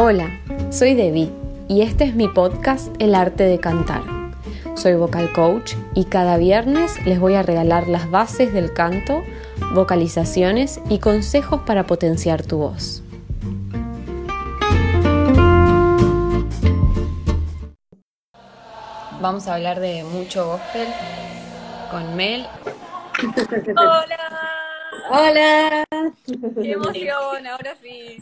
Hola, soy Debbie y este es mi podcast El Arte de Cantar. Soy vocal coach y cada viernes les voy a regalar las bases del canto, vocalizaciones y consejos para potenciar tu voz. Vamos a hablar de mucho gospel con Mel. ¡Hola! ¡Hola! ¡Qué emoción! Ahora sí.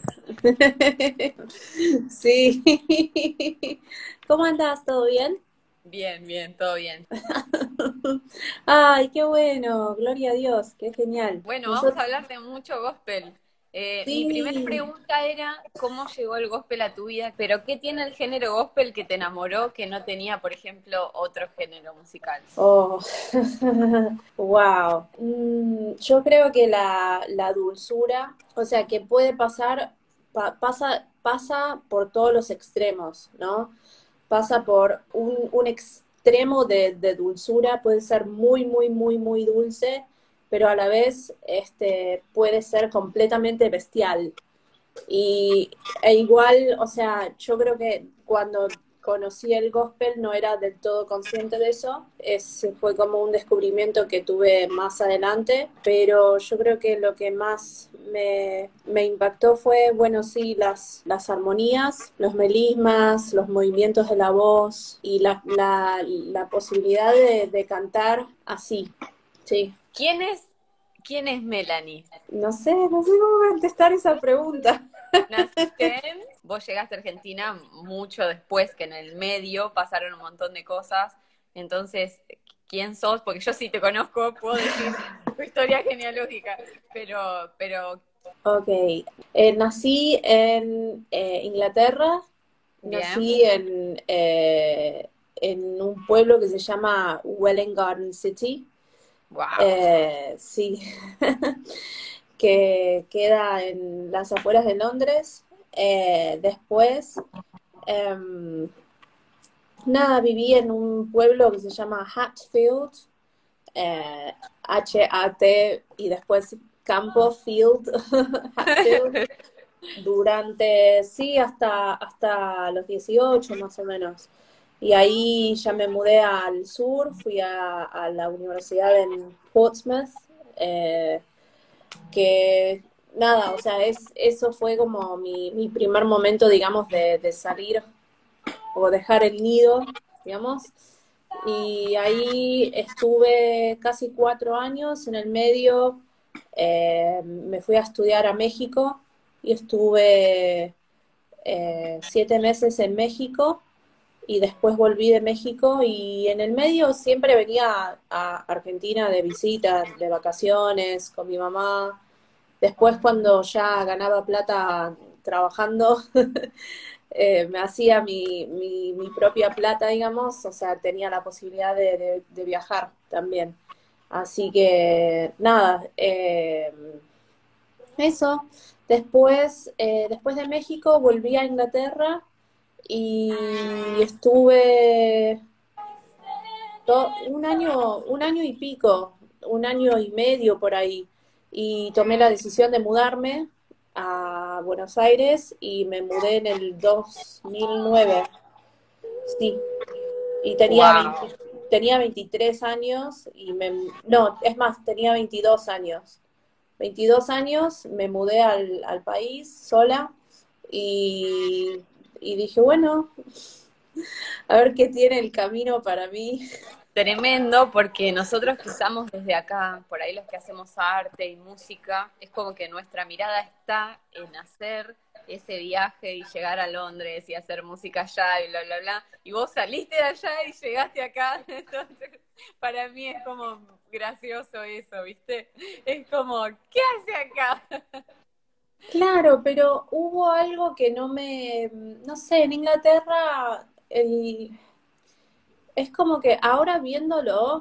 Sí. ¿Cómo andás? ¿Todo bien? Bien, todo bien. Ay, qué bueno. Gloria a Dios. Qué genial. Bueno, vamos a Nosotros, hablar de mucho gospel. Mi primera sí. pregunta era, ¿cómo llegó el gospel a tu vida? Pero ¿qué tiene el género gospel que te enamoró que no tenía, por ejemplo, otro género musical? Oh, wow. Yo creo que la dulzura, o sea, que puede pasar, pasa por todos los extremos, ¿no? Pasa por un extremo de dulzura, puede ser muy dulce, pero a la vez puede ser completamente bestial. E igual, o sea, yo creo que cuando conocí el gospel no era del todo consciente de eso, fue como un descubrimiento que tuve más adelante, pero yo creo que lo que más me impactó fue, bueno, sí, las armonías, los melismas, los movimientos de la voz y la posibilidad de cantar así, sí. ¿Quién es Melanie? No sé cómo contestar esa pregunta. ¿Naciste en? Vos llegaste a Argentina mucho después, que en el medio pasaron un montón de cosas. Entonces, ¿quién sos? Porque yo sí te conozco, puedo decir tu historia genealógica, pero Ok, nací en Inglaterra, bien. nací en un pueblo que se llama Welwyn Garden City, Wow. sí, que queda en las afueras de Londres. Después, em, nada, viví en un pueblo que se llama Hatfield, Hat y después Campo Field, Hatfield. Durante, sí, hasta los 18 más o menos. Y ahí ya me mudé al sur, fui a la universidad en Portsmouth, eh, que nada, o sea, eso fue como mi primer momento, digamos, de salir o dejar el nido, digamos. Y ahí estuve casi 4 años. En el medio me fui a estudiar a México y estuve 7 meses en México y después volví de México y en el medio siempre venía a Argentina de visita, de vacaciones con mi mamá. Después cuando ya ganaba plata trabajando, me hacía mi propia plata, digamos, o sea, tenía la posibilidad de viajar también. Así que nada, eso. Después de México volví a Inglaterra y estuve un año y pico, un año y medio por ahí, y tomé la decisión de mudarme a Buenos Aires y me mudé en el 2009, sí, y Wow. tenía 23 años no, es más, tenía 22 años. 22 años, me mudé al país sola y, y dije, bueno, a ver qué tiene el camino para mí. Tremendo, porque nosotros que usamos desde acá, por ahí los que hacemos arte y música, es como que nuestra mirada está en hacer ese viaje y llegar a Londres y hacer música allá y bla, bla, bla. Y vos saliste de allá y llegaste acá. Entonces, para mí es como gracioso eso, ¿viste? Es como, ¿qué hace acá? Claro, pero hubo algo que no sé, en Inglaterra es como que ahora viéndolo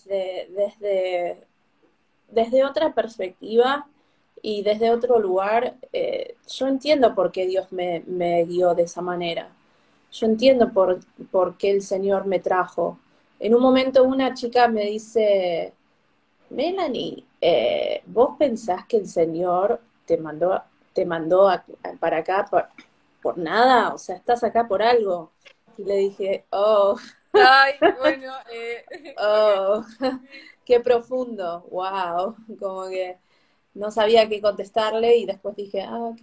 desde otra perspectiva y desde otro lugar, yo entiendo por qué Dios me guió de esa manera. Yo entiendo por qué el Señor me trajo. En un momento una chica me dice, Melanie, ¿vos pensás que el Señor te mandó para acá? por nada, o sea, estás acá por algo. Y le dije, oh, Ay, bueno, ok. oh, qué profundo, wow, como que no sabía qué contestarle y después dije, ah, ok,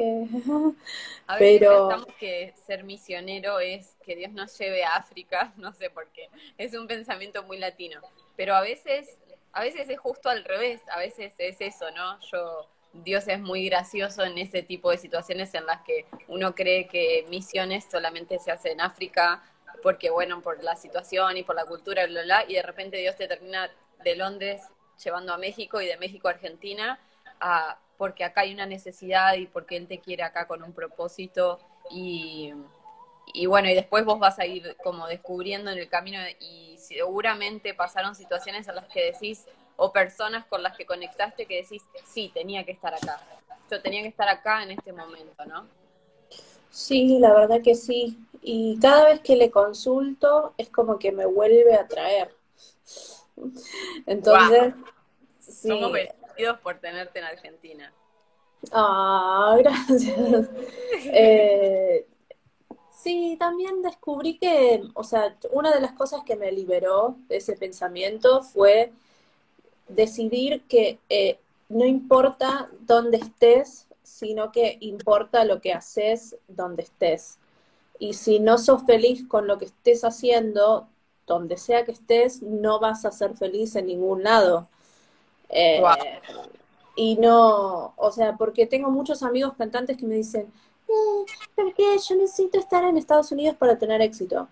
A veces pero pensamos que ser misionero es que Dios nos lleve a África, no sé por qué, es un pensamiento muy latino, pero a veces es justo al revés, a veces es eso, ¿no? Dios es muy gracioso en ese tipo de situaciones en las que uno cree que misiones solamente se hacen en África, porque bueno, por la situación y por la cultura, bla, bla, y de repente Dios te termina de Londres llevando a México y de México a Argentina porque acá hay una necesidad y porque él te quiere acá con un propósito y, y bueno, y después vos vas a ir como descubriendo en el camino y seguramente pasaron situaciones en las que decís, o personas con las que conectaste que decís, sí, tenía que estar acá. Yo tenía que estar acá en este momento, ¿no? sí, la verdad que sí. Y cada vez que le consulto es como que me vuelve a traer. ¡Wow! Entonces, Somos sí. bendecidos por tenerte en Argentina. Ah, gracias. Eh, sí, también descubrí que, o sea, una de las cosas que me liberó de ese pensamiento fue decidir que no importa dónde estés, sino que importa lo que haces donde estés. Y si no sos feliz con lo que estés haciendo, donde sea que estés, no vas a ser feliz en ningún lado. ¡Wow! Eh, y no, o sea, porque tengo muchos amigos cantantes que me dicen, ¿por qué yo necesito estar en Estados Unidos para tener éxito?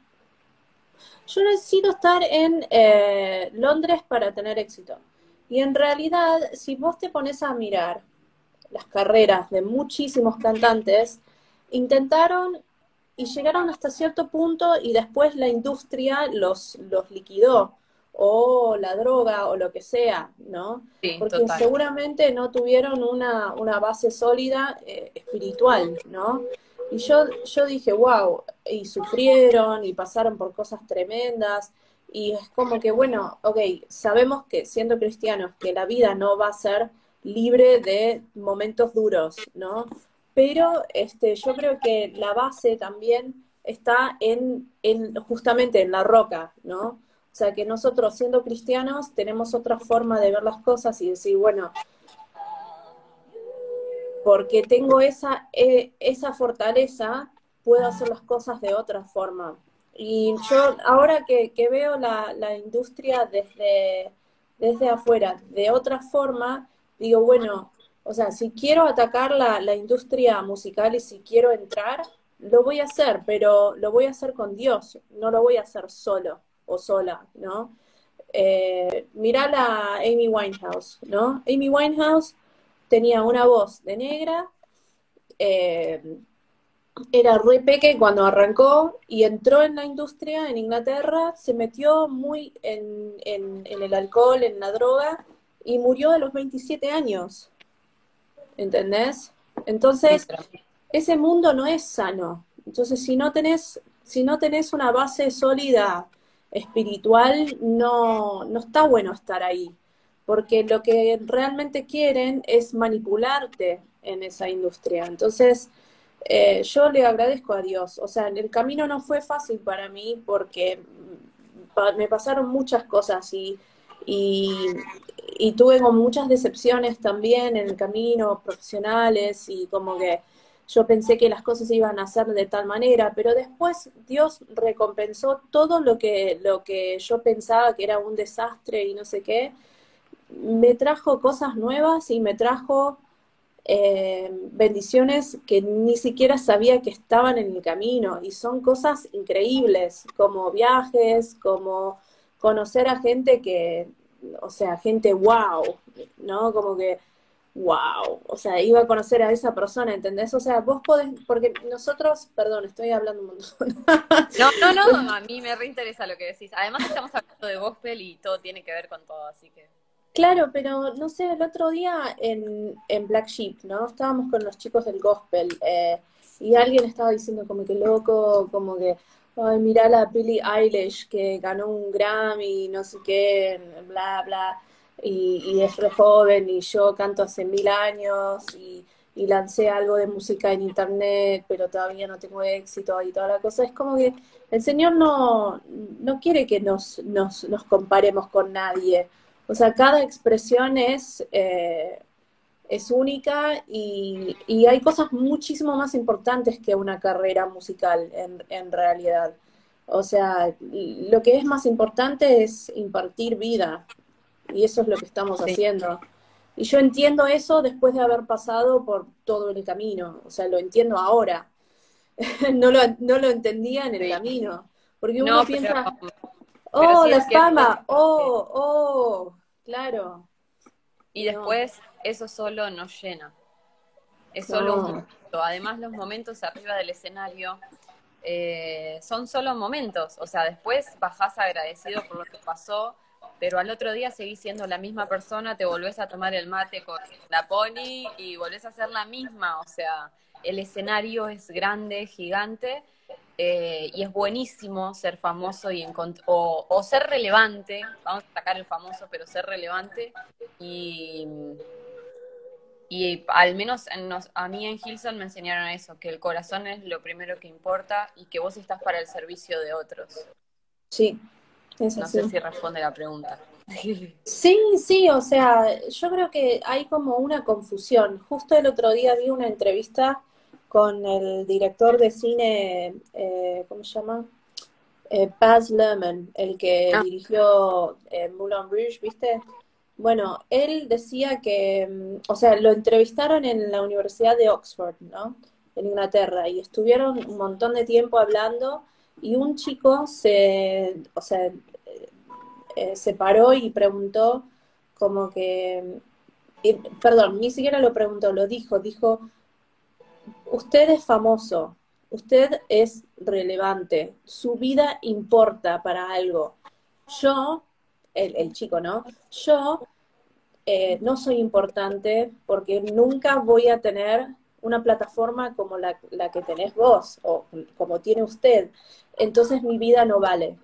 Yo necesito estar en Londres para tener éxito. Y en realidad, si vos te pones a mirar las carreras de muchísimos cantantes, intentaron y llegaron hasta cierto punto y después la industria los liquidó, o la droga, o lo que sea, ¿no? Sí, Porque total. seguramente no tuvieron una base sólida espiritual, ¿no? Y yo dije, wow, y sufrieron y pasaron por cosas tremendas, y es como que, bueno, ok, sabemos que siendo cristianos, que la vida no va a ser libre de momentos duros, ¿no? Pero yo creo que la base también está justamente en la roca, ¿no? O sea, que nosotros siendo cristianos tenemos otra forma de ver las cosas y decir, bueno, porque tengo esa fortaleza, puedo hacer las cosas de otra forma. Y yo ahora que veo la industria desde afuera, de otra forma, digo, bueno, o sea, si quiero atacar la industria musical y si quiero entrar, lo voy a hacer, pero lo voy a hacer con Dios, no lo voy a hacer solo o sola, ¿no? Mirá la Amy Winehouse, ¿no? Amy Winehouse tenía una voz de negra, eh, era re peque cuando arrancó y entró en la industria en Inglaterra, se metió muy en el alcohol, en la droga y murió a los 27 años, ¿entendés? Sí, Entonces, ese mundo no es sano. Entonces, si no tenés una base sólida espiritual, no está bueno estar ahí, porque lo que realmente quieren es manipularte en esa industria. Entonces, yo le agradezco a Dios. O sea, el camino no fue fácil para mí porque me pasaron muchas cosas y, y tuve como muchas decepciones también en el camino, profesionales, y como que yo pensé que las cosas iban a ser de tal manera, pero después Dios recompensó todo lo que yo pensaba que era un desastre y no sé qué, me trajo cosas nuevas y me trajo bendiciones que ni siquiera sabía que estaban en el camino y son cosas increíbles, como viajes, como conocer a gente que, o sea, gente wow, ¿no? Como que wow, o sea, iba a conocer a esa persona, ¿entendés? O sea, vos podés, porque nosotros, perdón, estoy hablando un montón. no, no, no, a mí me reinteresa lo que decís. Además estamos hablando de gospel y todo tiene que ver con todo, así que... Claro, pero no sé, el otro día en Black Sheep, ¿no? Estábamos con los chicos del gospel y alguien estaba diciendo como que loco, como que, ay, mirá la Billie Eilish que ganó un Grammy, no sé qué, bla, bla, y es re joven y yo canto hace 1000 años y lancé algo de música en internet, pero todavía no tengo éxito y toda la cosa. Es como que el Señor no quiere que nos comparemos con nadie. O sea, cada expresión es única y hay cosas muchísimo más importantes que una carrera musical en realidad. O sea, lo que es más importante es impartir vida y eso es lo que estamos Sí, haciendo. Y yo entiendo eso después de haber pasado por todo el camino, o sea, lo entiendo ahora. No lo entendía en el sí. camino, porque uno No, piensa, pero oh, sí la es cierto fama, que, claro, y y no, después eso solo nos llena, es solo un no, momento. Además, los momentos arriba del escenario son solo momentos, o sea, después bajás agradecido por lo que pasó, pero al otro día seguís siendo la misma persona, te volvés a tomar el mate con la pony y volvés a ser la misma, o sea, el escenario es grande, gigante, y es buenísimo ser famoso o ser relevante, vamos a sacar el famoso, pero ser relevante y al menos a mí en Hilson me enseñaron eso, que el corazón es lo primero que importa y que vos estás para el servicio de otros. sí, es No así. sé si responde la pregunta. Sí, sí, o sea, yo creo que hay como una confusión. Justo el otro día vi una entrevista con el director de cine, ¿cómo se llama? Baz Luhrmann, el que Ah, dirigió Moulin Rouge, ¿viste? Bueno, él decía que, o sea, lo entrevistaron en la Universidad de Oxford, ¿no? En Inglaterra, y estuvieron un montón de tiempo hablando, y un chico o sea, se paró y preguntó como que, perdón, ni siquiera lo preguntó, dijo, usted es famoso, usted es relevante, su vida importa para algo. Yo, el chico, ¿no? Yo no soy importante porque nunca voy a tener una plataforma como la que tenés vos o como tiene usted. Entonces mi vida no vale.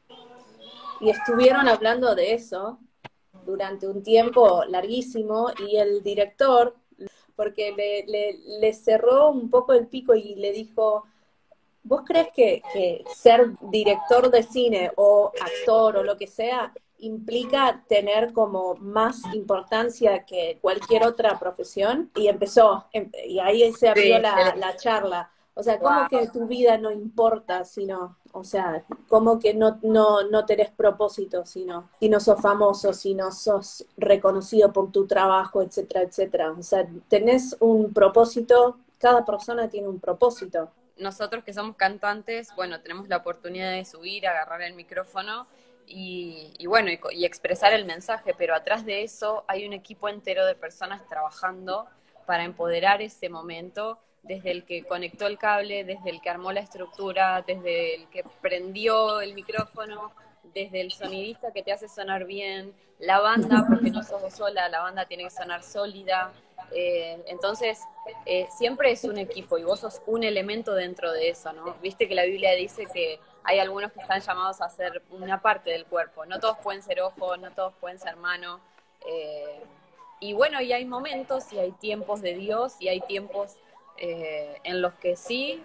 Y estuvieron hablando de eso durante un tiempo larguísimo y el director, porque le cerró un poco el pico y le dijo, ¿vos crees que ser director de cine o actor o lo que sea implica tener como más importancia que cualquier otra profesión? Y y ahí se abrió sí, la charla. O sea, ¿cómo wow. que tu vida no importa sino, o sea, cómo que no tenés propósito si no sos famoso, si no sos reconocido por tu trabajo, etcétera, etcétera? O sea, tenés un propósito, cada persona tiene un propósito. Nosotros que somos cantantes, bueno, tenemos la oportunidad de subir, agarrar el micrófono y bueno, y expresar el mensaje, pero atrás de eso hay un equipo entero de personas trabajando para empoderar ese momento, desde el que conectó el cable, desde el que armó la estructura, desde el que prendió el micrófono, desde el sonidista que te hace sonar bien, la banda, porque no sos vos sola, la banda tiene que sonar sólida. Entonces, siempre es un equipo y vos sos un elemento dentro de eso, ¿no? Viste que la Biblia dice que hay algunos que están llamados a ser una parte del cuerpo. No todos pueden ser ojo, no todos pueden ser mano. Eh, y bueno, y hay momentos y hay tiempos de Dios y hay tiempos en los que sí.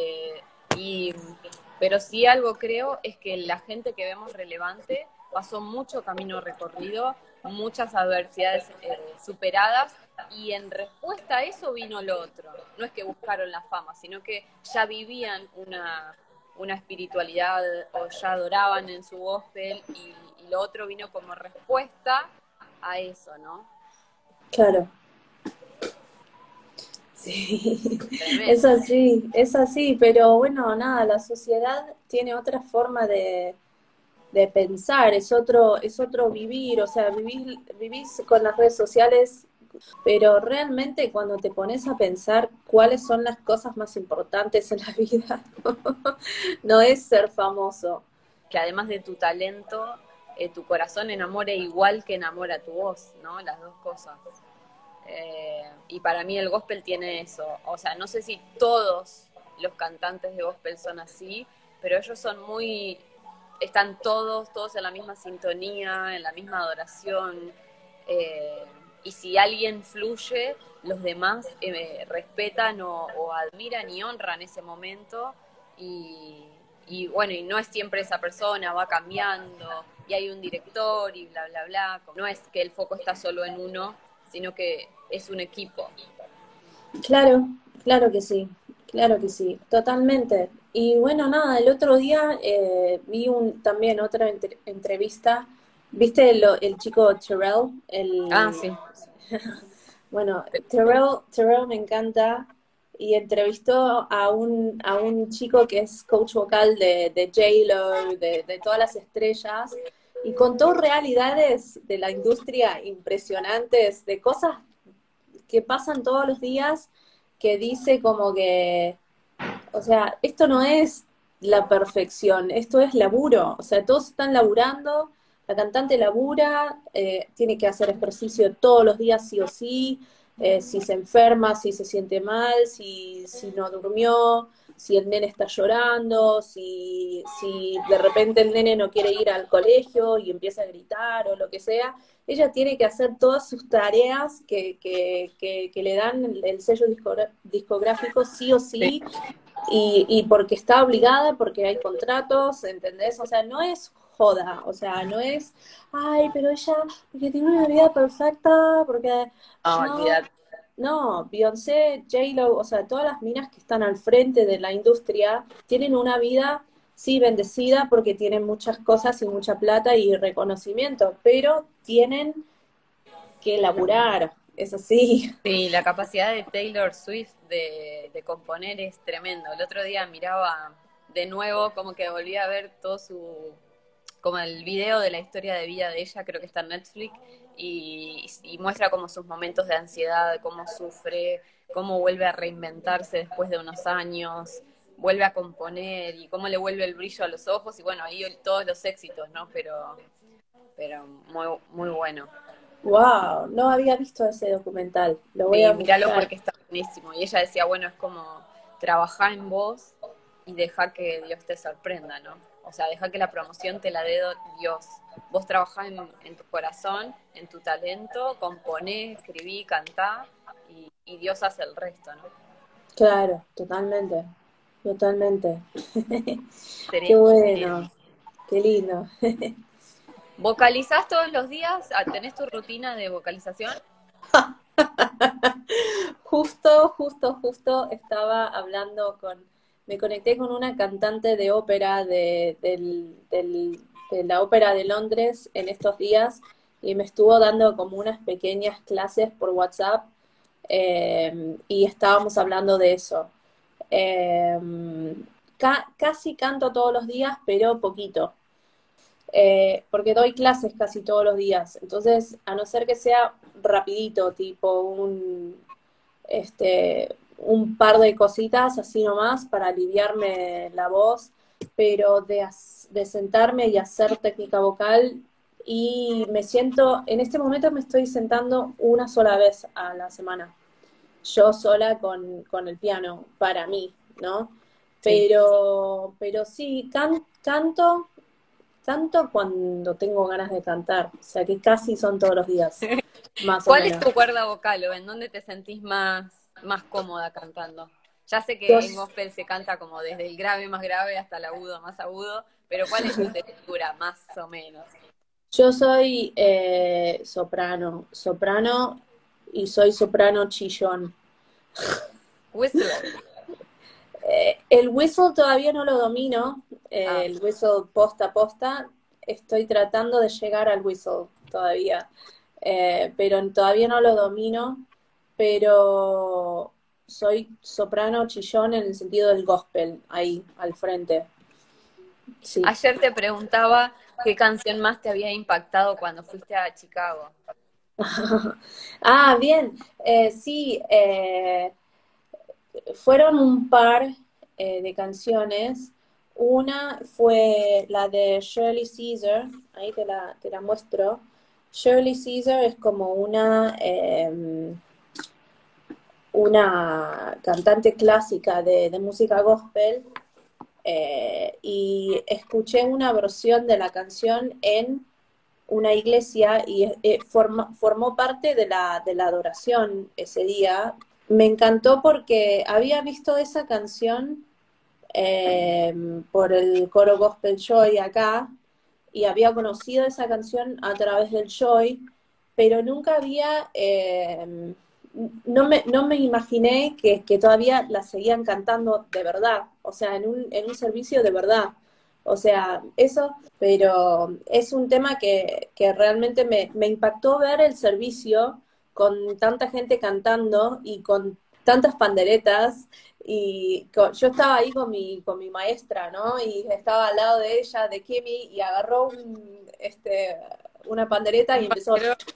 Y, pero sí algo creo es que la gente que vemos relevante pasó mucho camino recorrido, muchas adversidades superadas y en respuesta a eso vino lo otro. No es que buscaron la fama, sino que ya vivían una espiritualidad o ya adoraban en su gospel y lo otro vino como respuesta a eso, ¿no? Claro. Sí, Tremendo. es así, pero bueno, nada, la sociedad tiene otra forma de pensar, es otro vivir, o sea, vivís con las redes sociales, pero realmente cuando te pones a pensar cuáles son las cosas más importantes en la vida, no es ser famoso. Que además de tu talento, tu corazón enamore igual que enamora tu voz, ¿no? Las dos cosas. Y para mí el gospel tiene eso. O sea, no sé si todos los cantantes de gospel son así, pero ellos son están todos en la misma sintonía, en la misma adoración. Eh, y si alguien fluye, los demás respetan o admiran y honran ese momento, y bueno, y no es siempre esa persona, va cambiando, y hay un director y bla, bla, bla. No es que el foco está solo en uno, sino que es un equipo. Claro, claro que sí, totalmente. Y bueno, nada, el otro día vi también otra entrevista. ¿Viste el chico Terrell? Ah, sí. Bueno, Terrell me encanta y entrevistó a un chico que es coach vocal de J-Lo, de todas las estrellas, y contó realidades de la industria impresionantes, de cosas que pasan todos los días, que dice como que, o sea, esto no es la perfección, esto es laburo, o sea, todos están laburando, la cantante labura, tiene que hacer ejercicio todos los días sí o sí, si se enferma, si se siente mal, si no durmió, si el nene está llorando, si de repente el nene no quiere ir al colegio y empieza a gritar o lo que sea, ella tiene que hacer todas sus tareas que le dan el sello discográfico sí o Sí. sí, y porque está obligada, porque hay contratos, ¿entendés? O sea, no es joda, o sea, no es, ay, pero ella, porque tiene una vida perfecta, porque No, yo, olvidate. no, Beyoncé, J-Lo, o sea, todas las minas que están al frente de la industria tienen una vida, sí, bendecida, porque tienen muchas cosas y mucha plata y reconocimiento, pero tienen que laburar, es así. Sí, la capacidad de Taylor Swift de componer es tremendo. El otro día miraba de nuevo, como que volví a ver todo como el video de la historia de vida de ella, creo que está en Netflix, y muestra como sus momentos de ansiedad, cómo sufre, cómo vuelve a reinventarse después de unos años, vuelve a componer y cómo le vuelve el brillo a los ojos, y bueno, ahí todos los éxitos, ¿no? Pero muy, muy bueno. Wow, no había visto ese documental, lo voy a Sí, míralo buscar. porque está buenísimo. Y ella decía, bueno, es como trabajar en vos y dejar que Dios te sorprenda, ¿no? O sea, dejar que la promoción te la dé Dios. Vos trabajás en tu corazón, en tu talento, componé, escribí, cantá, y Dios hace el resto, ¿no? Claro, totalmente, totalmente. Qué Tremendo. bueno, qué lindo. ¿Vocalizás todos los días? ¿Tenés tu rutina de vocalización? Justo estaba hablando me conecté con una cantante de ópera de la Ópera de Londres en estos días y me estuvo dando como unas pequeñas clases por WhatsApp, y estábamos hablando de eso. Eh, Casi canto todos los días, pero poquito, porque doy clases casi todos los días. Entonces, a no ser que sea rapidito, tipo un par de cositas así nomás para aliviarme la voz, pero de sentarme y hacer técnica vocal, y me siento, en este momento me estoy sentando una sola vez a la semana, yo sola con el piano, para mí, ¿no? Sí. Pero sí, canto cuando tengo ganas de cantar, o sea que casi son todos los días, más o ¿Cuál es menos. tu cuerda vocal o en dónde te sentís más cómoda cantando? Ya sé Yo, que en gospel se canta como desde el grave más grave hasta el agudo más agudo, pero ¿cuál es tu textura, más o menos? yo soy soprano, y soy soprano chillón. Whistler. El whistle todavía no lo domino, Ah, el whistle posta a posta, estoy tratando de llegar al whistle todavía, pero todavía no lo domino, pero soy soprano chillón en el sentido del gospel, ahí, al frente, sí. ayer te preguntaba qué canción más te había impactado cuando fuiste a Chicago. Ah, bien, sí, fueron un par de canciones. Una fue la de Shirley Caesar, ahí te la muestro. Shirley Caesar es como una cantante clásica de música gospel, y escuché una versión de la canción en una iglesia y formó parte de la adoración ese día. Me encantó porque había visto esa canción por el coro Gospel Joy acá, y había conocido esa canción a través del Joy, pero nunca había, no me imaginé que todavía la seguían cantando de verdad, o sea, en un servicio de verdad. O sea, eso, pero es un tema que realmente me impactó ver el servicio con tanta gente cantando y con tantas panderetas. Y yo estaba ahí con mi maestra, ¿no? Y estaba al lado de ella, de Kimi, y agarró una pandereta y empezó.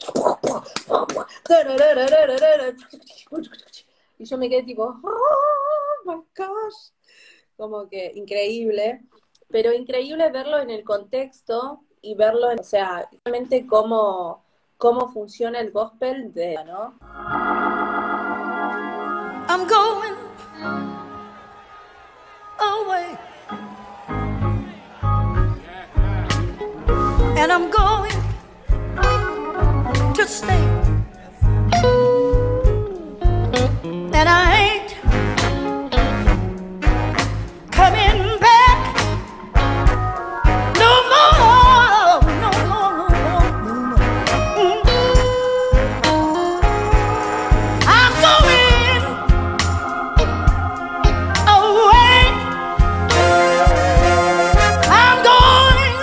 Y yo me quedé tipo, oh my gosh, como que increíble, pero increíble verlo en el contexto y verlo, o sea, realmente cómo funciona el gospel ¿no? I'm going away, and I'm going to stay, and I ain't coming back no more, no more, no more, no more. I'm going away, I'm going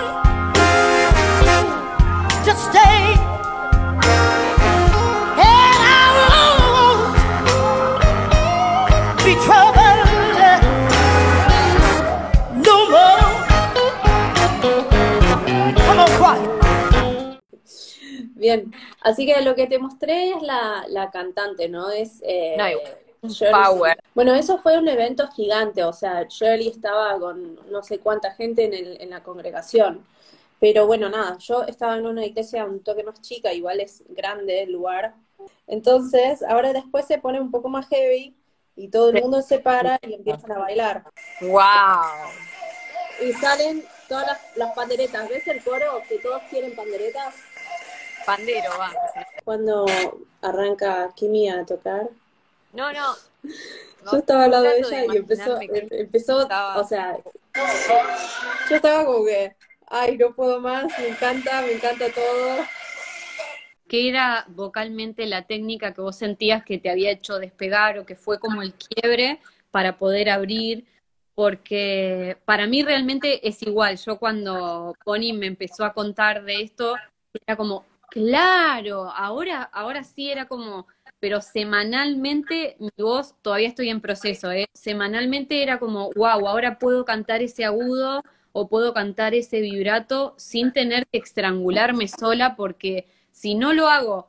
to stay, and I won't be troubled no more. Come on, choir. Bien, así que lo que te mostré es la cantante, ¿no? Es No, un Shirley. power. Bueno, eso fue un evento gigante, o sea, Shirley estaba con no sé cuánta gente en la congregación. Pero bueno, nada, yo estaba en una iglesia un toque más chica, igual es grande el lugar. Entonces, ahora después se pone un poco más heavy y todo el mundo se para y empiezan a bailar. ¡Wow! Y salen todas las panderetas. ¿Ves el coro que todos quieren panderetas? Pandero, va. Cuando arranca Kimi a tocar, No, no. yo estaba al lado de Trato de ella y imaginarme que empezó, estaba- o sea, yo estaba como que, ay, no puedo más, me encanta todo. ¿Qué era vocalmente la técnica que vos sentías que te había hecho despegar o que fue como el quiebre para poder abrir? Porque para mí realmente es igual. Yo cuando Bonnie me empezó a contar de esto, era como, claro, ahora sí era como, pero semanalmente mi voz, todavía estoy en proceso, ¿eh? Semanalmente era como, wow, ahora puedo cantar ese agudo o puedo cantar ese vibrato sin tener que estrangularme sola porque si no lo hago,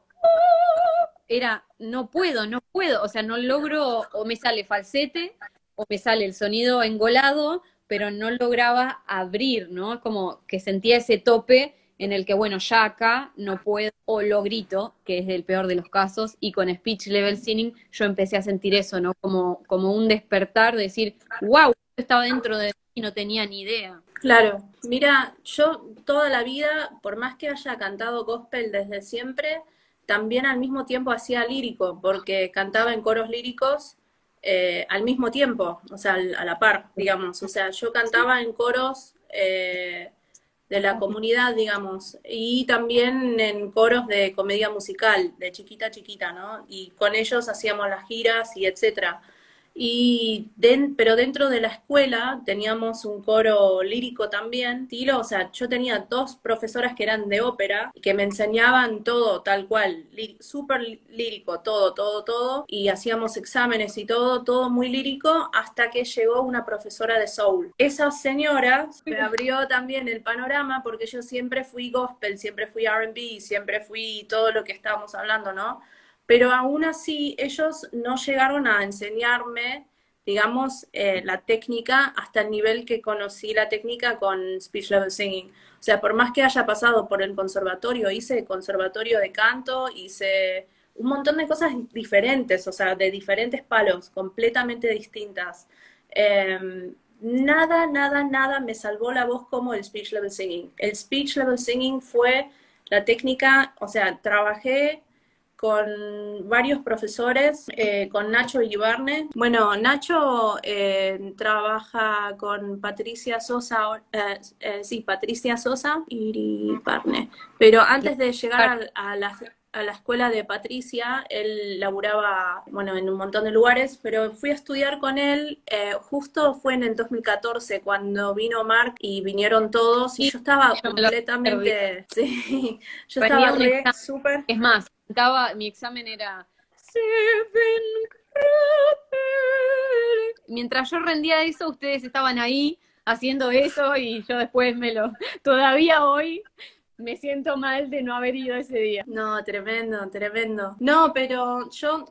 no puedo, o sea, no logro, o me sale falsete, o me sale el sonido engolado, pero no lograba abrir, ¿no? Es como que sentía ese tope en el que, bueno, ya acá no puedo, o lo grito, que es el peor de los casos, y con Speech Level Singing yo empecé a sentir eso, ¿no? Como un despertar, de decir, wow, estaba dentro de mí y no tenía ni idea. Claro, mira, yo toda la vida, por más que haya cantado gospel desde siempre, también al mismo tiempo hacía lírico, porque cantaba en coros líricos al mismo tiempo, o sea, a la par, digamos. O sea, yo cantaba en coros de la comunidad, digamos, y también en coros de comedia musical, de chiquita a chiquita, ¿no? Y con ellos hacíamos las giras y etcétera. Pero dentro de la escuela teníamos un coro lírico también, estilo, o sea, yo tenía dos profesoras que eran de ópera y que me enseñaban todo tal cual, súper lírico, todo, y hacíamos exámenes y todo muy lírico, hasta que llegó una profesora de soul. Esa señora me abrió también el panorama porque yo siempre fui gospel, siempre fui R&B, siempre fui todo lo que estábamos hablando, ¿no? Pero aún así ellos no llegaron a enseñarme, digamos, la técnica hasta el nivel que conocí la técnica con Speech Level Singing. O sea, por más que haya pasado por el conservatorio, hice conservatorio de canto, hice un montón de cosas diferentes, o sea, de diferentes palos, completamente distintas. Nada me salvó la voz como el Speech Level Singing. El Speech Level Singing fue la técnica, o sea, trabajé con varios profesores, con Nacho Iribarne. Bueno, Nacho trabaja con Patricia Sosa, sí, Patricia Sosa Iribarne. Pero antes de llegar a la escuela de Patricia, él laburaba, bueno, en un montón de lugares, pero fui a estudiar con él, justo fue en el 2014, cuando vino Mark y vinieron todos, y yo estaba completamente, sí, yo Rendía estaba un re examen. súper. Es más, mi examen era mientras yo rendía eso, ustedes estaban ahí haciendo eso y yo después todavía hoy me siento mal de no haber ido ese día. No, tremendo, tremendo. No, pero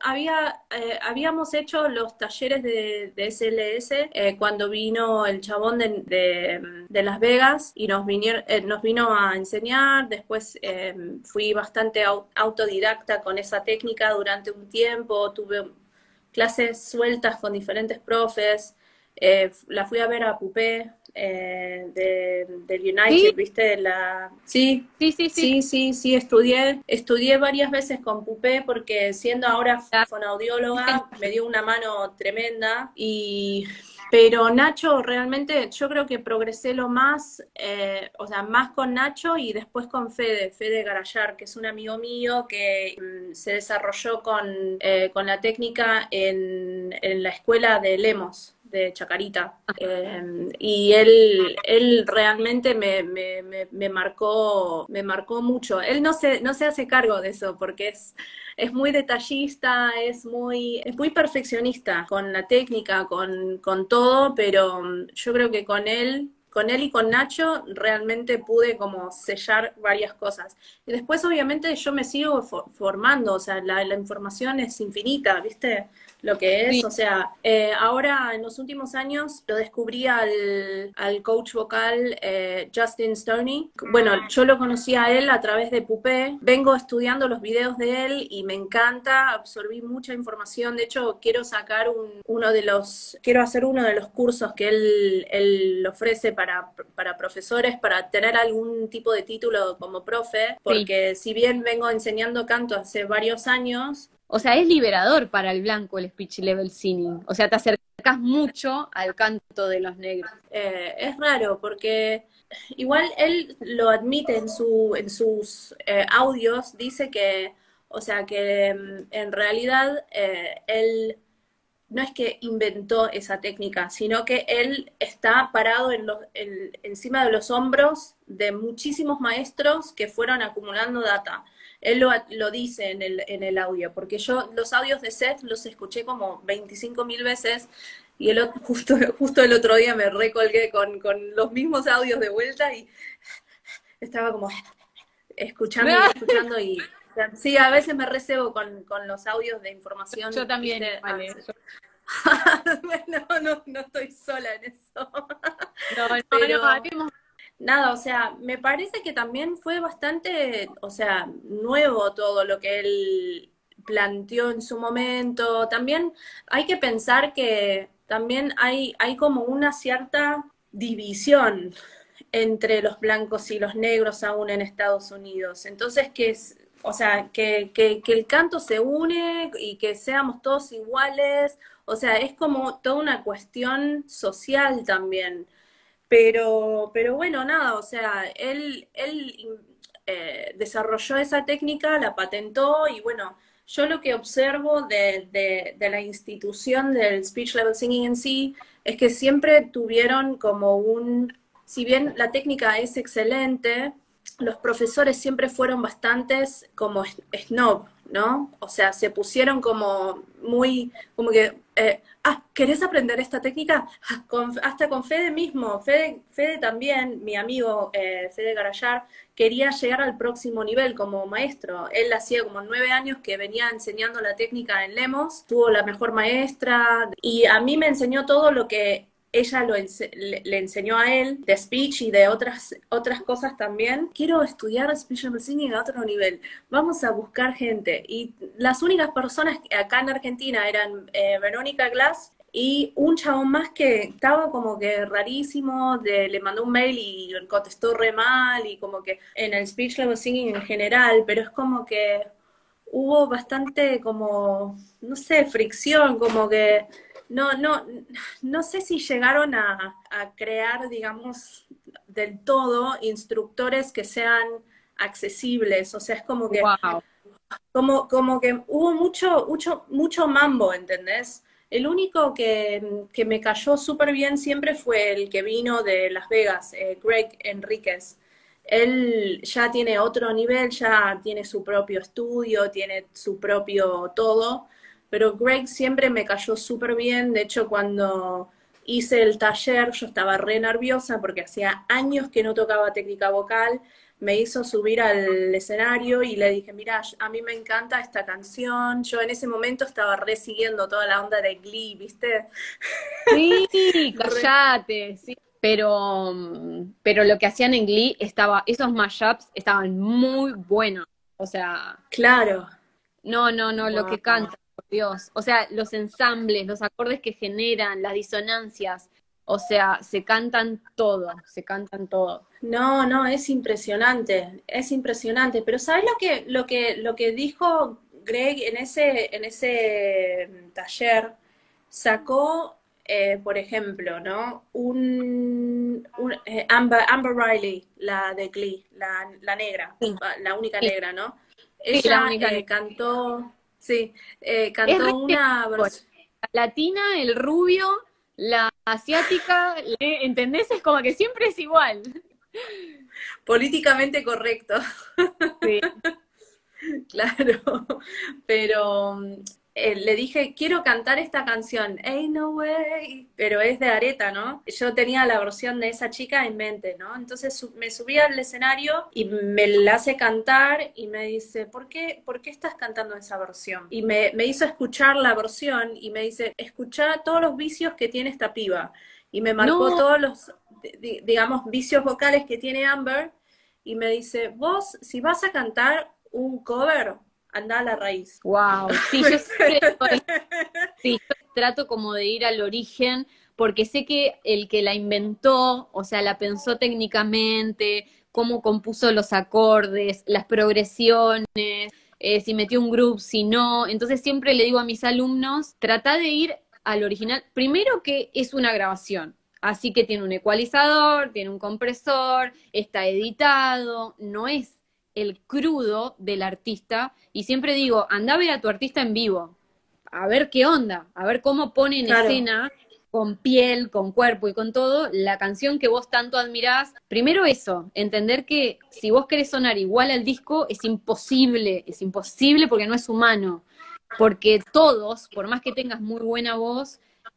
habíamos hecho los talleres de SLS cuando vino el chabón de Las Vegas y nos vino a enseñar. Después fui bastante autodidacta con esa técnica durante un tiempo. Tuve clases sueltas con diferentes profes. La fui a ver a Pupé del United, ¿Sí? ¿viste? Sí, sí, estudié varias veces con Pupé porque siendo ahora fonoaudióloga me dio una mano tremenda pero Nacho realmente yo creo que progresé lo más, o sea, más con Nacho y después con Fede Garayar, que es un amigo mío que se desarrolló con la técnica en la escuela de Lemos, de Chacarita. Y él realmente me marcó mucho. Él no se hace cargo de eso porque es muy detallista, es muy perfeccionista con la técnica, con todo, pero yo creo que con él y con Nacho realmente pude como sellar varias cosas. Y después obviamente yo me sigo formando, o sea, la información es infinita, ¿viste? Lo que es, Sí. o sea, ahora en los últimos años lo descubrí al coach vocal Justin Stoney. Bueno, yo lo conocí a él a través de Pupé, vengo estudiando los videos de él y me encanta, absorbí mucha información, de hecho quiero hacer uno de los cursos que él ofrece para profesores, para tener algún tipo de título como profe, porque si bien vengo enseñando canto hace varios años. O sea, es liberador para el blanco el speech level singing. O sea, te acercas mucho al canto de los negros. Es raro porque igual él lo admite en sus audios, dice que, o sea, que en realidad él no es que inventó esa técnica, sino que él está parado encima de los hombros de muchísimos maestros que fueron acumulando data. Él lo dice en el audio, porque yo los audios de Seth los escuché como 25.000 veces y justo el otro día me recolgué con los mismos audios de vuelta y estaba como escuchando y o sea, sí, a veces me recebo con los audios de información. Yo también, vale. Bueno, no estoy sola en eso. Pero nada, o sea, me parece que también fue bastante, o sea, nuevo todo lo que él planteó en su momento. También hay que pensar que también hay como una cierta división entre los blancos y los negros aún en Estados Unidos. Entonces, o sea, que el canto se une y que seamos todos iguales, o sea, es como toda una cuestión social también. Pero bueno, nada, o sea, él desarrolló esa técnica, la patentó y bueno, yo lo que observo de la institución del Speech Level Singing en sí es que siempre tuvieron como si bien la técnica es excelente, los profesores siempre fueron bastantes como snob, ¿no? O sea, se pusieron como muy, como que, ¿querés aprender esta técnica? Hasta con Fede mismo, Fede también, mi amigo Fede Garayar, quería llegar al próximo nivel como maestro. Él hacía como 9 años que venía enseñando la técnica en Lemos, tuvo la mejor maestra, y a mí me enseñó todo lo que ella le enseñó a él de speech y de otras cosas también. Quiero estudiar speech and singing a otro nivel. Vamos a buscar gente. Y las únicas personas acá en Argentina eran Verónica Glass y un chabón más que estaba como que rarísimo, le mandó un mail y contestó re mal, y como que en el speech level singing en general, pero es como que hubo bastante como, no sé, fricción, como que no sé si llegaron a crear, digamos, del todo instructores que sean accesibles, o sea, es como que Wow. como que hubo mucho mambo, ¿entendés? El único que me cayó súper bien siempre fue el que vino de Las Vegas, Greg Enríquez. Él ya tiene otro nivel, ya tiene su propio estudio, tiene su propio todo, pero Greg siempre me cayó súper bien. De hecho, cuando hice el taller yo estaba re nerviosa porque hacía años que no tocaba técnica vocal. Me hizo subir al escenario y le dije, mira, a mí me encanta esta canción. Yo en ese momento estaba re siguiendo toda la onda de Glee, ¿viste? Sí, Re- cállate, sí. Pero lo que hacían en Glee esos mashups estaban muy buenos. O sea, claro. no, lo que Wow. cantan, por Dios. O sea, los ensambles, los acordes que generan, las disonancias. O sea, se cantan todo. No, es impresionante. Pero ¿sabes lo que dijo Greg en ese taller? Sacó, por ejemplo, ¿no? Amber Riley, la de Glee, la negra, Sí, la única sí, negra, ¿no? sí, la Ella única. cantó, sí, Es re cantó una versión. la latina, el rubio, la asiática, ¿entendés? Es como que siempre es igual. Políticamente correcto. Sí. Claro, pero le dije, quiero cantar esta canción, Ain't No Way, pero es de Areta, ¿no? Yo tenía la versión de esa chica en mente, ¿no? Entonces me subí al escenario y me la hace cantar y me dice, ¿por qué estás cantando esa versión? Y me hizo escuchar la versión y me dice, escuchá todos los vicios que tiene esta piba. Y me marcó No, todos los, digamos, vicios vocales que tiene Amber y me dice, vos, si vas a cantar un cover, anda a la raíz. wow. Sí, yo siempre sí, yo trato como de ir al origen, porque sé que el que la inventó, o sea, la pensó técnicamente, cómo compuso los acordes, las progresiones, si metió un groove, si no. Entonces siempre le digo a mis alumnos, trata de ir al original. Primero que es una grabación, así que tiene un ecualizador, tiene un compresor, está editado, no es el crudo del artista. Y siempre digo, anda a ver a tu artista en vivo, a ver qué onda, a ver cómo pone en Claro, escena, con piel, con cuerpo y con todo, la canción que vos tanto admirás. Primero eso, entender que si vos querés sonar igual al disco, es imposible porque no es humano. Porque todos, por más que tengas muy buena voz,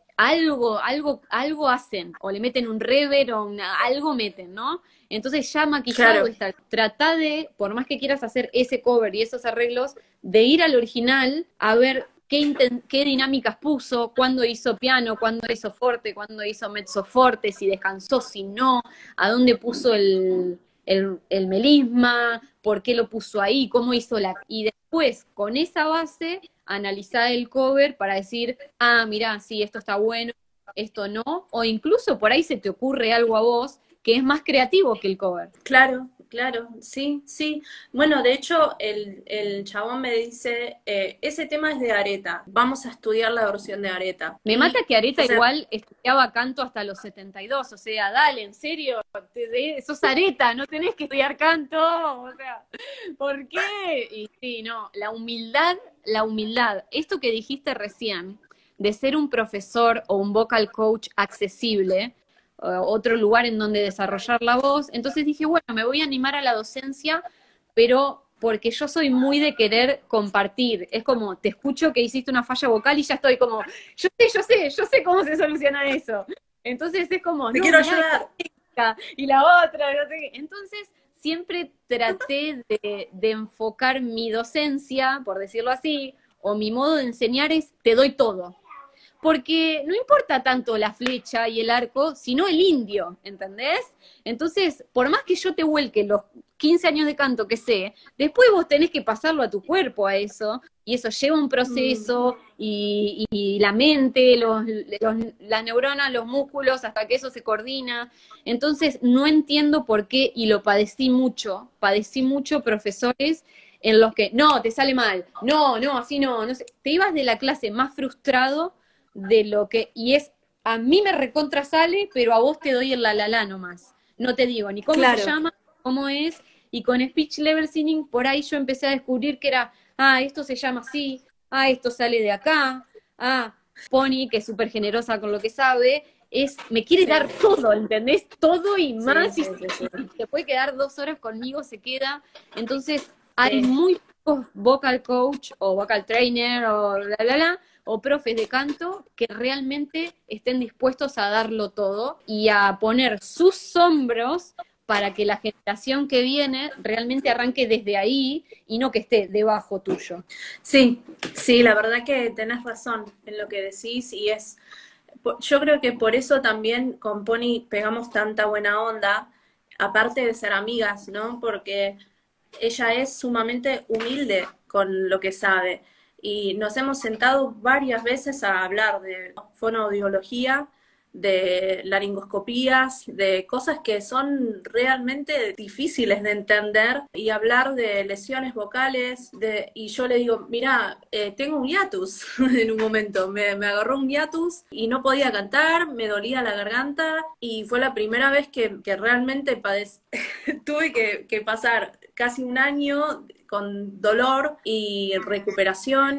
algo hacen, o le meten un reverb, algo meten, ¿no? Entonces ya maquillado claro, está. Trata de, por más que quieras hacer ese cover y esos arreglos, de ir al original a ver qué dinámicas puso, cuándo hizo piano, cuándo hizo forte, cuándo hizo mezzo forte, si descansó, si no, a dónde puso el melisma, por qué lo puso ahí, cómo hizo la... Y después, con esa base, analizar el cover para decir, ah, mirá, sí, esto está bueno, esto no, o incluso por ahí se te ocurre algo a vos que es más creativo que el cover. claro, sí, sí. Bueno, de hecho, el chabón me dice, ese tema es de Areta, vamos a estudiar la versión de Areta. Me mata que O Areta sea, igual estudiaba canto hasta los 72, o sea, dale, en serio, sos Areta, no tenés que estudiar canto, o sea, ¿por qué? Y sí, no, la humildad, esto que dijiste recién, de ser un profesor o un vocal coach accesible, otro lugar en donde desarrollar la voz, entonces dije, bueno, me voy a animar a la docencia, pero porque yo soy muy de querer compartir. Es como, te escucho que hiciste una falla vocal y ya estoy como, yo sé cómo se soluciona eso. Entonces es como, te no, quiero mirá, ayudar. esta y la otra, no sé qué. Entonces siempre traté de enfocar mi docencia, por decirlo así, o mi modo de enseñar es, te doy todo. Porque no importa tanto la flecha y el arco, sino el indio, ¿entendés? Entonces, por más que yo te vuelque 15 años de canto que sé, después vos tenés que pasarlo a tu cuerpo a eso, y eso lleva un proceso, y la mente, las neuronas, los músculos, hasta que eso se coordina. Entonces, no entiendo por qué, y lo padecí mucho profesores en los que, no, te sale mal, no, así no sé, te ibas de la clase más frustrado de lo que, a mí me recontra sale, pero a vos te doy el la nomás. No te digo ni cómo se llama, cómo es, y con Speech Level Singing, por ahí yo empecé a descubrir que era, esto se llama así, esto sale de acá, Pony, que es súper generosa con lo que sabe, me quiere dar todo, ¿entendés? Todo y más, y se puede quedar 2 horas conmigo, se queda. Entonces, hay muy pocos vocal coach, o vocal trainer, o o profes de canto, que realmente estén dispuestos a darlo todo, y a poner sus hombros para que la generación que viene realmente arranque desde ahí y no que esté debajo tuyo. Sí, la verdad que tenés razón en lo que decís, y yo creo que por eso también con Pony pegamos tanta buena onda, aparte de ser amigas, ¿no? Porque ella es sumamente humilde con lo que sabe, y nos hemos sentado varias veces a hablar de fonoaudiología, de laringoscopías, de cosas que son realmente difíciles de entender, y hablar de lesiones vocales, y yo le digo, mira, tengo un hiatus en un momento, me agarró un hiatus y no podía cantar, me dolía la garganta, y fue la primera vez que realmente tuve que pasar casi un año con dolor y recuperación,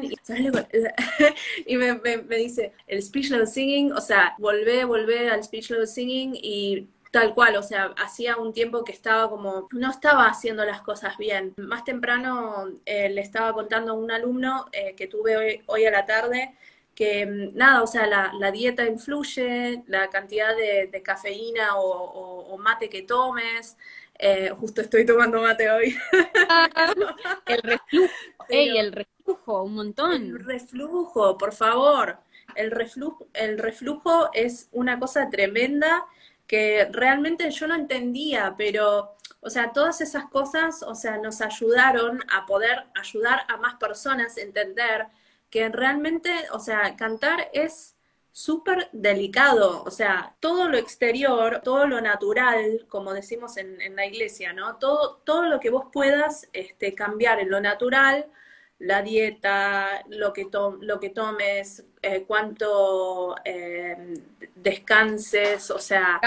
y me dice, el speech level singing, o sea, volvé al speech level singing, y tal cual, o sea, hacía un tiempo que estaba como, no estaba haciendo las cosas bien. Más temprano le estaba contando a un alumno que tuve hoy a la tarde, que nada, o sea, la dieta influye, la cantidad de cafeína o mate que tomes. Justo estoy tomando mate hoy. El reflujo, el reflujo, un montón. El reflujo, por favor. El reflujo es una cosa tremenda que realmente yo no entendía, pero, o sea, todas esas cosas, o sea, nos ayudaron a poder ayudar a más personas a entender que realmente, o sea, cantar es súper delicado, o sea, todo lo exterior, todo lo natural, como decimos en la iglesia, ¿no? Todo lo que vos puedas cambiar en lo natural, la dieta, lo que tomes, cuánto descanses, o sea,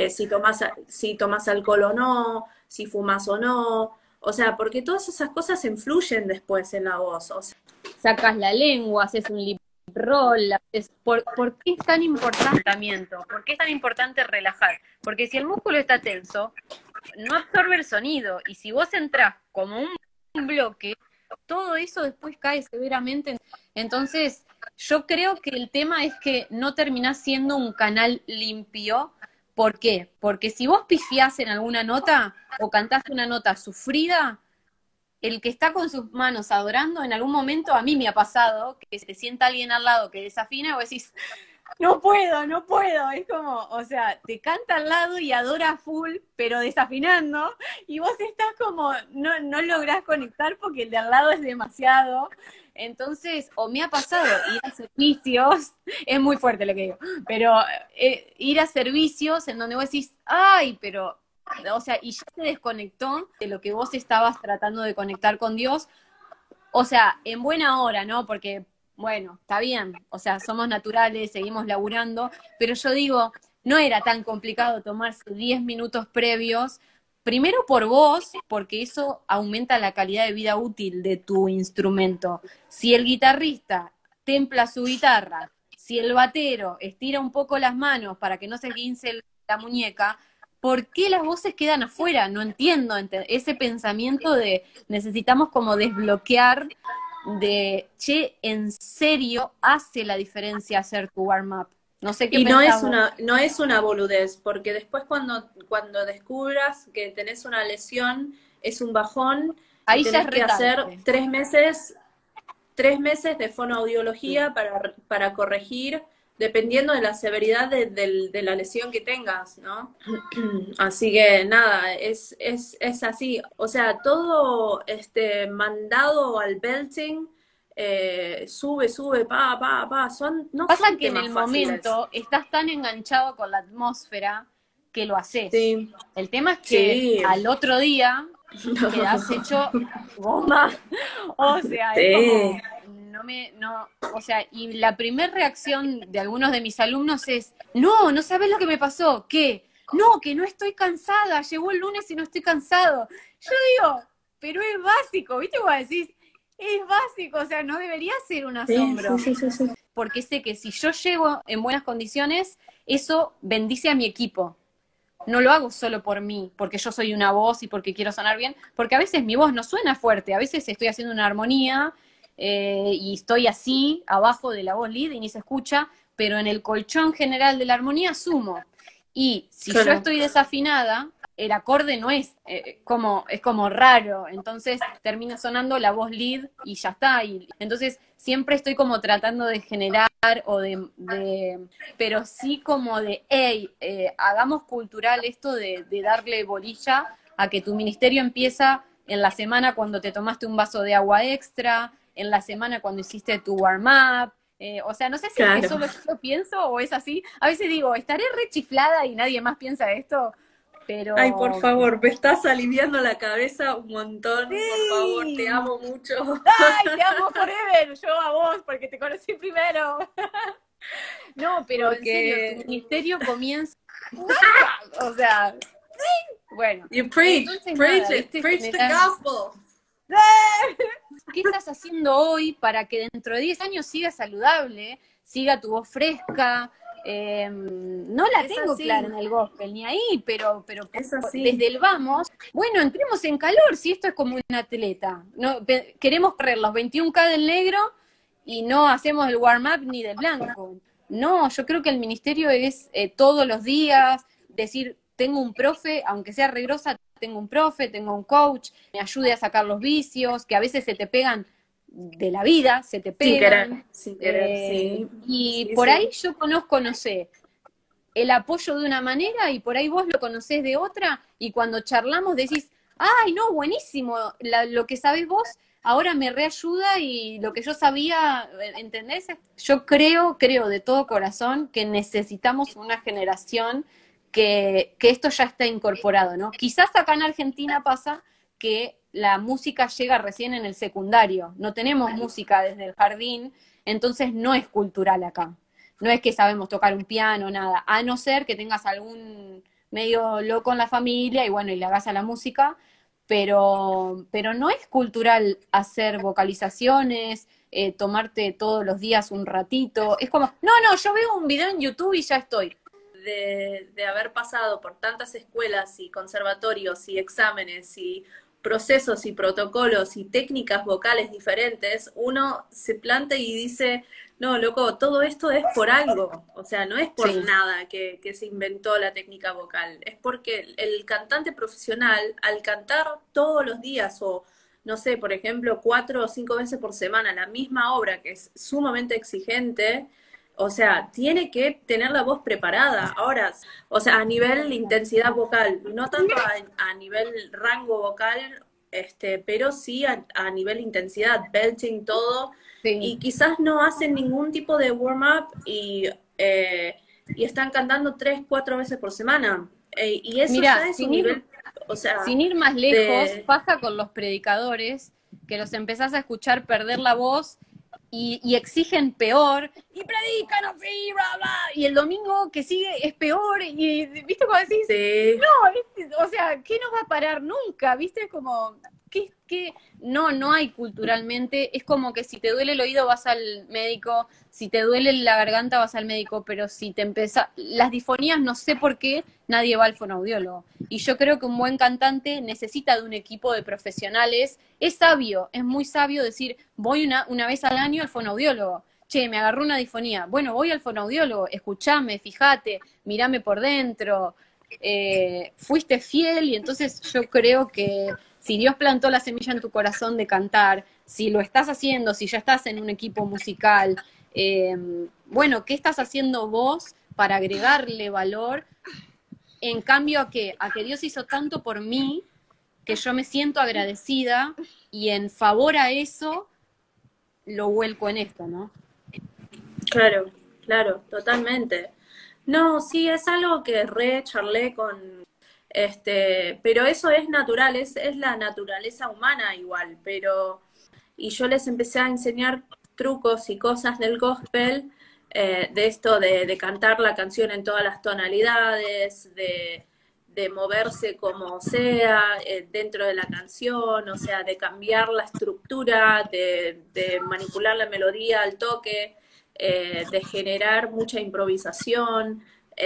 si tomas alcohol o no, si fumas o no, o sea, porque todas esas cosas influyen después en la voz, o sea. Sacas la lengua, haces un lip roll, ¿por qué es tan importante el tratamiento? ¿Por qué es tan importante relajar? Porque si el músculo está tenso, no absorbe el sonido, y si vos entrás como un bloque, todo eso después cae severamente. Entonces, yo creo que el tema es que no terminás siendo un canal limpio. ¿Por qué? Porque si vos pifiás en alguna nota o cantás una nota sufrida, el que está con sus manos adorando, en algún momento, a mí me ha pasado, que se sienta alguien al lado que desafina, y vos decís, no puedo, es como, o sea, te canta al lado y adora full, pero desafinando, y vos estás como, no lográs conectar porque el de al lado es demasiado. Entonces, o me ha pasado ir a servicios, es muy fuerte lo que digo, pero ir a servicios en donde vos decís, ay, pero, o sea, y ya se desconectó de lo que vos estabas tratando de conectar con Dios, o sea, en buena hora, ¿no? Porque, bueno, está bien, o sea, somos naturales, seguimos laburando, pero yo digo, no era tan complicado tomarse 10 minutos previos, primero por vos, porque eso aumenta la calidad de vida útil de tu instrumento. Si el guitarrista templa su guitarra, si el batero estira un poco las manos para que no se guince la muñeca, ¿por qué las voces quedan afuera? No entiendo ese pensamiento de necesitamos como desbloquear de, che, en serio hace la diferencia hacer tu warm-up. No sé qué pensás. Y no es una boludez, porque después cuando descubras que tenés una lesión, es un bajón, ahí y tenés que hacer 3 meses de fonoaudiología para corregir dependiendo de la severidad de la lesión que tengas, ¿no? Así que nada, es así. O sea, todo mandado al belting, sube, pa, no Pasa son que en temas el fáciles. momento estás tan enganchado con la atmósfera que lo haces. Sí, El tema es que sí. al otro día quedás hecho goma. O sea, es Sí. como, o sea, y la primera reacción de algunos de mis alumnos es, no sabes lo que me pasó, ¿qué? No, que no estoy cansada, llegó el lunes y no estoy cansado. Yo digo, pero es básico, ¿viste? Vos decís, es básico, o sea, no debería ser un asombro. Sí. Porque sé que si yo llego en buenas condiciones, eso bendice a mi equipo. No lo hago solo por mí, porque yo soy una voz y porque quiero sonar bien, porque a veces mi voz no suena fuerte, a veces estoy haciendo una armonía y estoy así, abajo de la voz lead y ni se escucha, pero en el colchón general de la armonía sumo. Y si Claro. yo estoy desafinada, el acorde no es es como raro, entonces termina sonando la voz lead y ya está. Y entonces siempre estoy como tratando de generar o pero sí como de, hey, hagamos cultural esto de darle bolilla a que tu ministerio empieza en la semana cuando te tomaste un vaso de agua extra, en la semana cuando hiciste tu warm-up. O sea, no sé si Claro. es que solo yo lo pienso o es así. A veces digo, estaré re chiflada y nadie más piensa esto, pero... Ay, por favor, me estás aliviando la cabeza un montón, Sí. por favor, te amo mucho. ¡Ay, te amo forever! Yo a vos, porque te conocí primero. No, pero en serio, tu ministerio comienza... O sea, bueno. You preach, Entonces, preach nada, it, ¿viste? preach the Generar- gospel. ¿Qué estás haciendo hoy para que dentro de 10 años siga saludable, siga tu voz fresca? No la Es tengo así. clara en el gospel, ni ahí, pero Es así. desde el vamos, bueno, entremos en calor, si esto es como un atleta. No, queremos correr los 21K del negro y no hacemos el warm-up ni del blanco. No, yo creo que el ministerio es todos los días, decir, tengo un profe, aunque sea regrosa, tengo un profe, tengo un coach, me ayude a sacar los vicios, que a veces se te pegan de la vida, se te pegan. Sin querer, sí. Y Sí, por sí. ahí yo conozco, no sé, el apoyo de una manera y por ahí vos lo conocés de otra y cuando charlamos decís, ay, no, buenísimo, lo que sabés vos ahora me reayuda y lo que yo sabía, ¿entendés? Yo creo de todo corazón que necesitamos una generación que esto ya está incorporado, ¿no? Quizás acá en Argentina pasa que la música llega recién en el secundario, no tenemos música desde el jardín, entonces no es cultural acá. No es que sabemos tocar un piano, nada, a no ser que tengas algún medio loco en la familia y bueno, y le hagas a la música, pero no es cultural hacer vocalizaciones, tomarte todos los días un ratito, es como, no, yo veo un video en YouTube y ya estoy. De haber pasado por tantas escuelas y conservatorios y exámenes y procesos y protocolos y técnicas vocales diferentes, uno se planta y dice, no, loco, todo esto es por algo, o sea, no es por Sí. nada que se inventó la técnica vocal, es porque el cantante profesional, al cantar todos los días o, no sé, por ejemplo, 4 o 5 veces por semana la misma obra que es sumamente exigente, o sea, tiene que tener la voz preparada. Ahora, o sea, a nivel intensidad vocal, no tanto a nivel rango vocal, pero sí a nivel intensidad, belting, todo. Sí. Y quizás no hacen ningún tipo de warm-up y están cantando 3, 4 veces por semana. Y eso Mirá, ya es un nivel, o sea, sin ir más lejos, de- pasa con los predicadores, que los empezás a escuchar perder la voz y exigen peor, y predican así, bla, bla, y el domingo que sigue es peor, y ¿viste cómo decís? sí. O sea, ¿qué nos va a parar nunca? ¿Viste? Como, ¿qué? No hay culturalmente, es como que si te duele el oído vas al médico, si te duele la garganta vas al médico, pero si te empieza, las disfonías no sé por qué nadie va al fonoaudiólogo. Y yo creo que un buen cantante necesita de un equipo de profesionales, es sabio, es muy sabio decir, voy una vez al año al fonoaudiólogo. Che, me agarró una disfonía. Bueno, voy al fonoaudiólogo, escuchame, fíjate, mirame por dentro, fuiste fiel y entonces yo creo que si Dios plantó la semilla en tu corazón de cantar, si lo estás haciendo, si ya estás en un equipo musical, bueno, ¿qué estás haciendo vos para agregarle valor en cambio a que Dios hizo tanto por mí que yo me siento agradecida y en favor a eso lo vuelco en esto, ¿no? Claro, claro, totalmente. No, sí, es algo que re charlé con, pero eso es natural, es la naturaleza humana igual, pero, y yo les empecé a enseñar trucos y cosas del gospel, de esto de cantar la canción en todas las tonalidades, de moverse como sea, dentro de la canción, o sea, de cambiar la estructura, de manipular la melodía al toque, de generar mucha improvisación,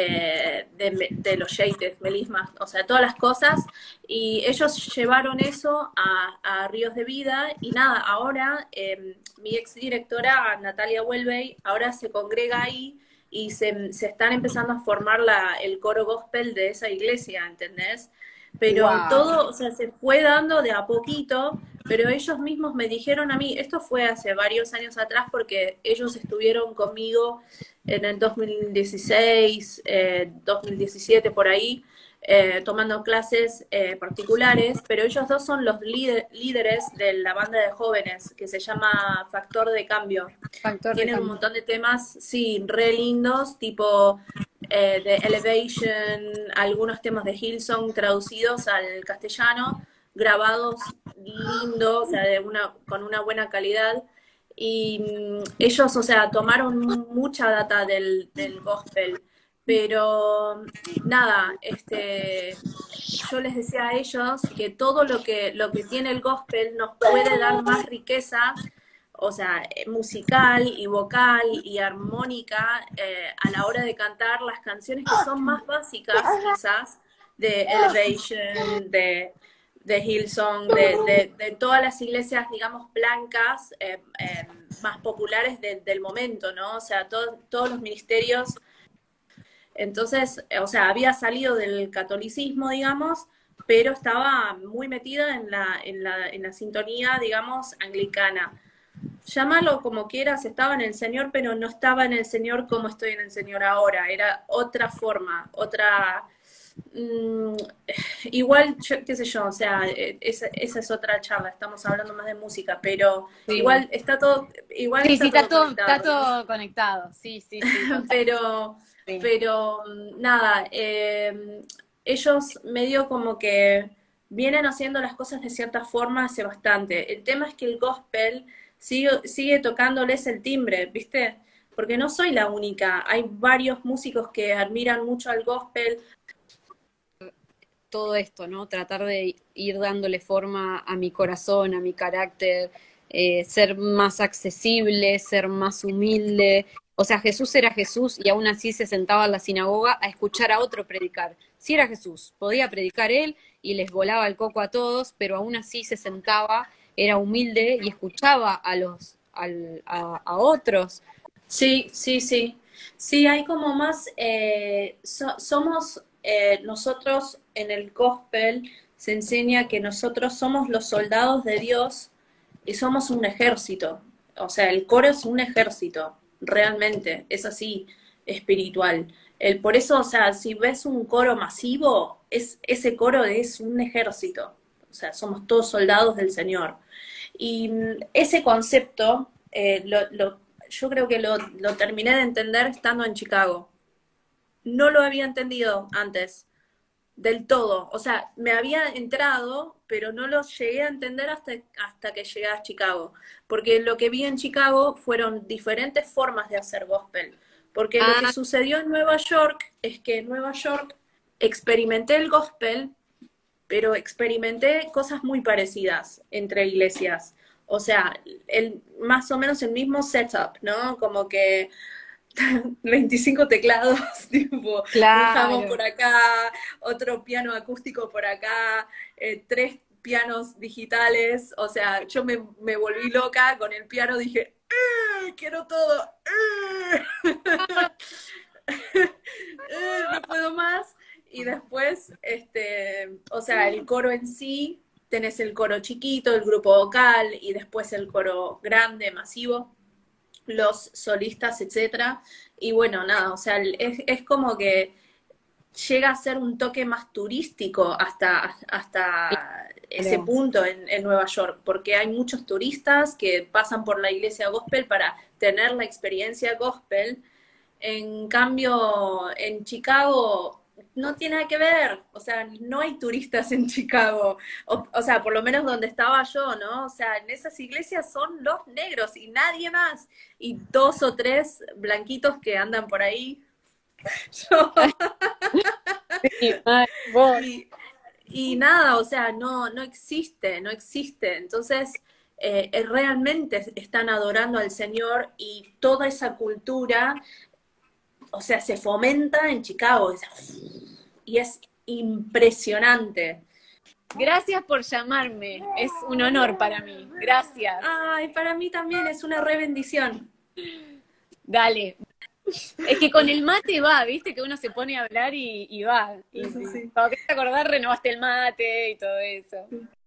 de los yates, melismas, o sea, todas las cosas, y ellos llevaron eso a Ríos de Vida, y nada, ahora mi ex directora, Natalia Welbey, ahora se congrega ahí, y se están empezando a formar el coro gospel de esa iglesia, ¿entendés? Pero Wow. todo, o sea, se fue dando de a poquito, pero ellos mismos me dijeron a mí, esto fue hace varios años atrás porque ellos estuvieron conmigo en el 2016, 2017 por ahí, tomando clases particulares, pero ellos dos son los líderes de la banda de jóvenes que se llama Factor de Cambio. Factor de Tienen un cambio. montón de temas, sí, re lindos, tipo de Elevation, algunos temas de Hillsong traducidos al castellano, grabados lindos, o sea, con una buena calidad. Y ellos, o sea, tomaron mucha data del gospel, pero nada, yo les decía a ellos que todo lo que tiene el gospel nos puede dar más riqueza, o sea, musical y vocal y armónica, a la hora de cantar las canciones que son más básicas, quizás, de Elevation, de Hillsong, de todas las iglesias, digamos, blancas, más populares del momento, ¿no? O sea, todos los ministerios. Entonces, o sea, había salido del catolicismo, digamos, pero estaba muy metida en la sintonía, digamos, anglicana. Llámalo como quieras, estaba en el Señor, pero no estaba en el Señor como estoy en el Señor ahora. Era otra forma, otra... mmm, igual, qué sé yo, o sea, esa es otra charla, estamos hablando más de música, pero Sí. igual está todo, igual Sí, sí, está todo está conectado, ¿no? todo conectado. Sí, sí, sí, total. pero, Sí. pero nada, ellos medio como que vienen haciendo las cosas de cierta forma hace bastante. El tema es que el gospel sigue tocándoles el timbre, ¿viste? Porque no soy la única, hay varios músicos que admiran mucho al gospel. Todo esto, ¿no? Tratar de ir dándole forma a mi corazón, a mi carácter, ser más accesible, ser más humilde. O sea, Jesús era Jesús y aún así se sentaba en la sinagoga a escuchar a otro predicar. Sí era Jesús, podía predicar él y les volaba el coco a todos, pero aún así se sentaba, era humilde y escuchaba a otros. Sí, sí, sí. Sí, hay como más, somos nosotros en el gospel se enseña que nosotros somos los soldados de Dios y somos un ejército. O sea, el coro es un ejército, realmente, es así, espiritual. Por eso, o sea, si ves un coro masivo, ese coro es un ejército. O sea, somos todos soldados del Señor. Y ese concepto yo creo que lo terminé de entender estando en Chicago. No lo había entendido antes, del todo. O sea, me había entrado, pero no lo llegué a entender hasta que llegué a Chicago. Porque lo que vi en Chicago fueron diferentes formas de hacer gospel. Porque lo que Ah, sucedió en Nueva York es que en Nueva York experimenté el gospel, pero experimenté cosas muy parecidas entre iglesias. O sea, más o menos el mismo setup, ¿no? Como que 25 teclados, tipo, un jamón claro. por acá, otro piano acústico por acá, 3 pianos digitales. O sea, yo me volví loca con el piano, dije, quiero todo, no puedo más. Y después, o sea, el coro en sí, tenés el coro chiquito, el grupo vocal, y después el coro grande, masivo. los solistas, etcétera. Y bueno, nada, o sea, es como que llega a ser un toque más turístico hasta ese Claro. punto en Nueva York, porque hay muchos turistas que pasan por la iglesia gospel para tener la experiencia gospel. En cambio, en Chicago no tiene nada que ver, o sea, no hay turistas en Chicago, o sea, por lo menos donde estaba yo, ¿no? O sea, en esas iglesias son los negros y nadie más, y dos o tres blanquitos que andan por ahí. Yo, Sí, mal, vos. y, y nada, o sea, no existe, no existe. Entonces, realmente están adorando al Señor y toda esa cultura, o sea, se fomenta en Chicago y es impresionante. Gracias por llamarme, es un honor para mí. Gracias. Ay, para mí también es una re bendición. Dale. Es que con el mate va, viste que uno se pone a hablar y va. Y Eso sí. cuando querés acordar, renovaste el mate y todo eso.